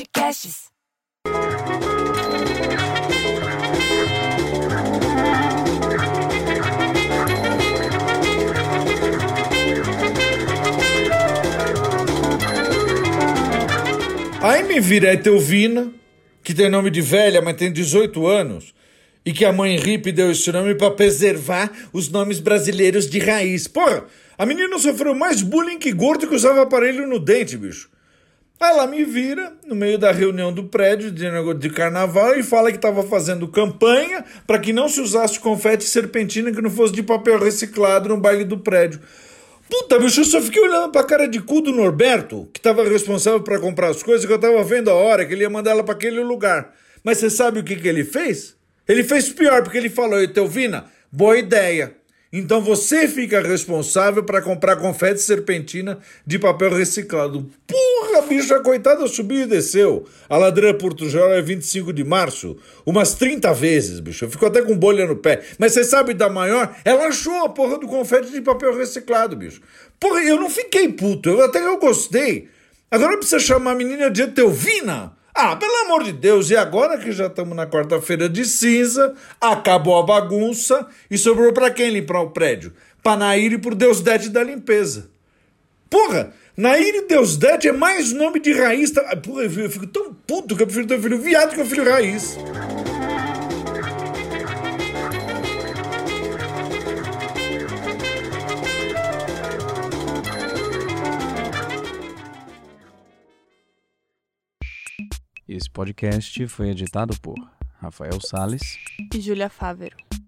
Podcasts. Aí me vira a Etelvina, que tem nome de velha, mas tem 18 anos, e que a mãe hippie deu esse nome pra preservar os nomes brasileiros de raiz. Porra, a menina sofreu mais bullying que gordo que usava aparelho no dente, bicho. Aí ela me vira, no meio da reunião do prédio de carnaval, e fala que estava fazendo campanha para que não se usasse confete e serpentina que não fosse de papel reciclado no baile do prédio. Puta, bicho, eu só fiquei olhando pra cara de cu do Norberto, que tava responsável pra comprar as coisas, que eu tava vendo a hora que ele ia mandar ela pra aquele lugar. Mas você sabe o que ele fez? Ele fez pior, porque ele falou: Etelvina, boa ideia. Então você fica responsável pra comprar confete e serpentina de papel reciclado. Porra, bicho, a coitada subiu e desceu. A ladeira Portugal é 25 de março. Umas 30 vezes, bicho. Eu fico até com bolha no pé. Mas você sabe da maior? Ela achou a porra do confete de papel reciclado, bicho. Porra, eu não fiquei puto. Eu gostei. Agora precisa chamar a menina de Etelvina? Ah, pelo amor de Deus, e agora que já estamos na quarta-feira de cinza, acabou a bagunça e sobrou pra quem limpar o prédio? Pra Nair e pro Deusdete da limpeza. Porra, Nair e Deusdete é mais nome de raiz. Porra, eu fico tão puto que eu prefiro ter filho viado que eu filho raiz. Esse podcast foi editado por Rafael Salles e Júlia Fávero.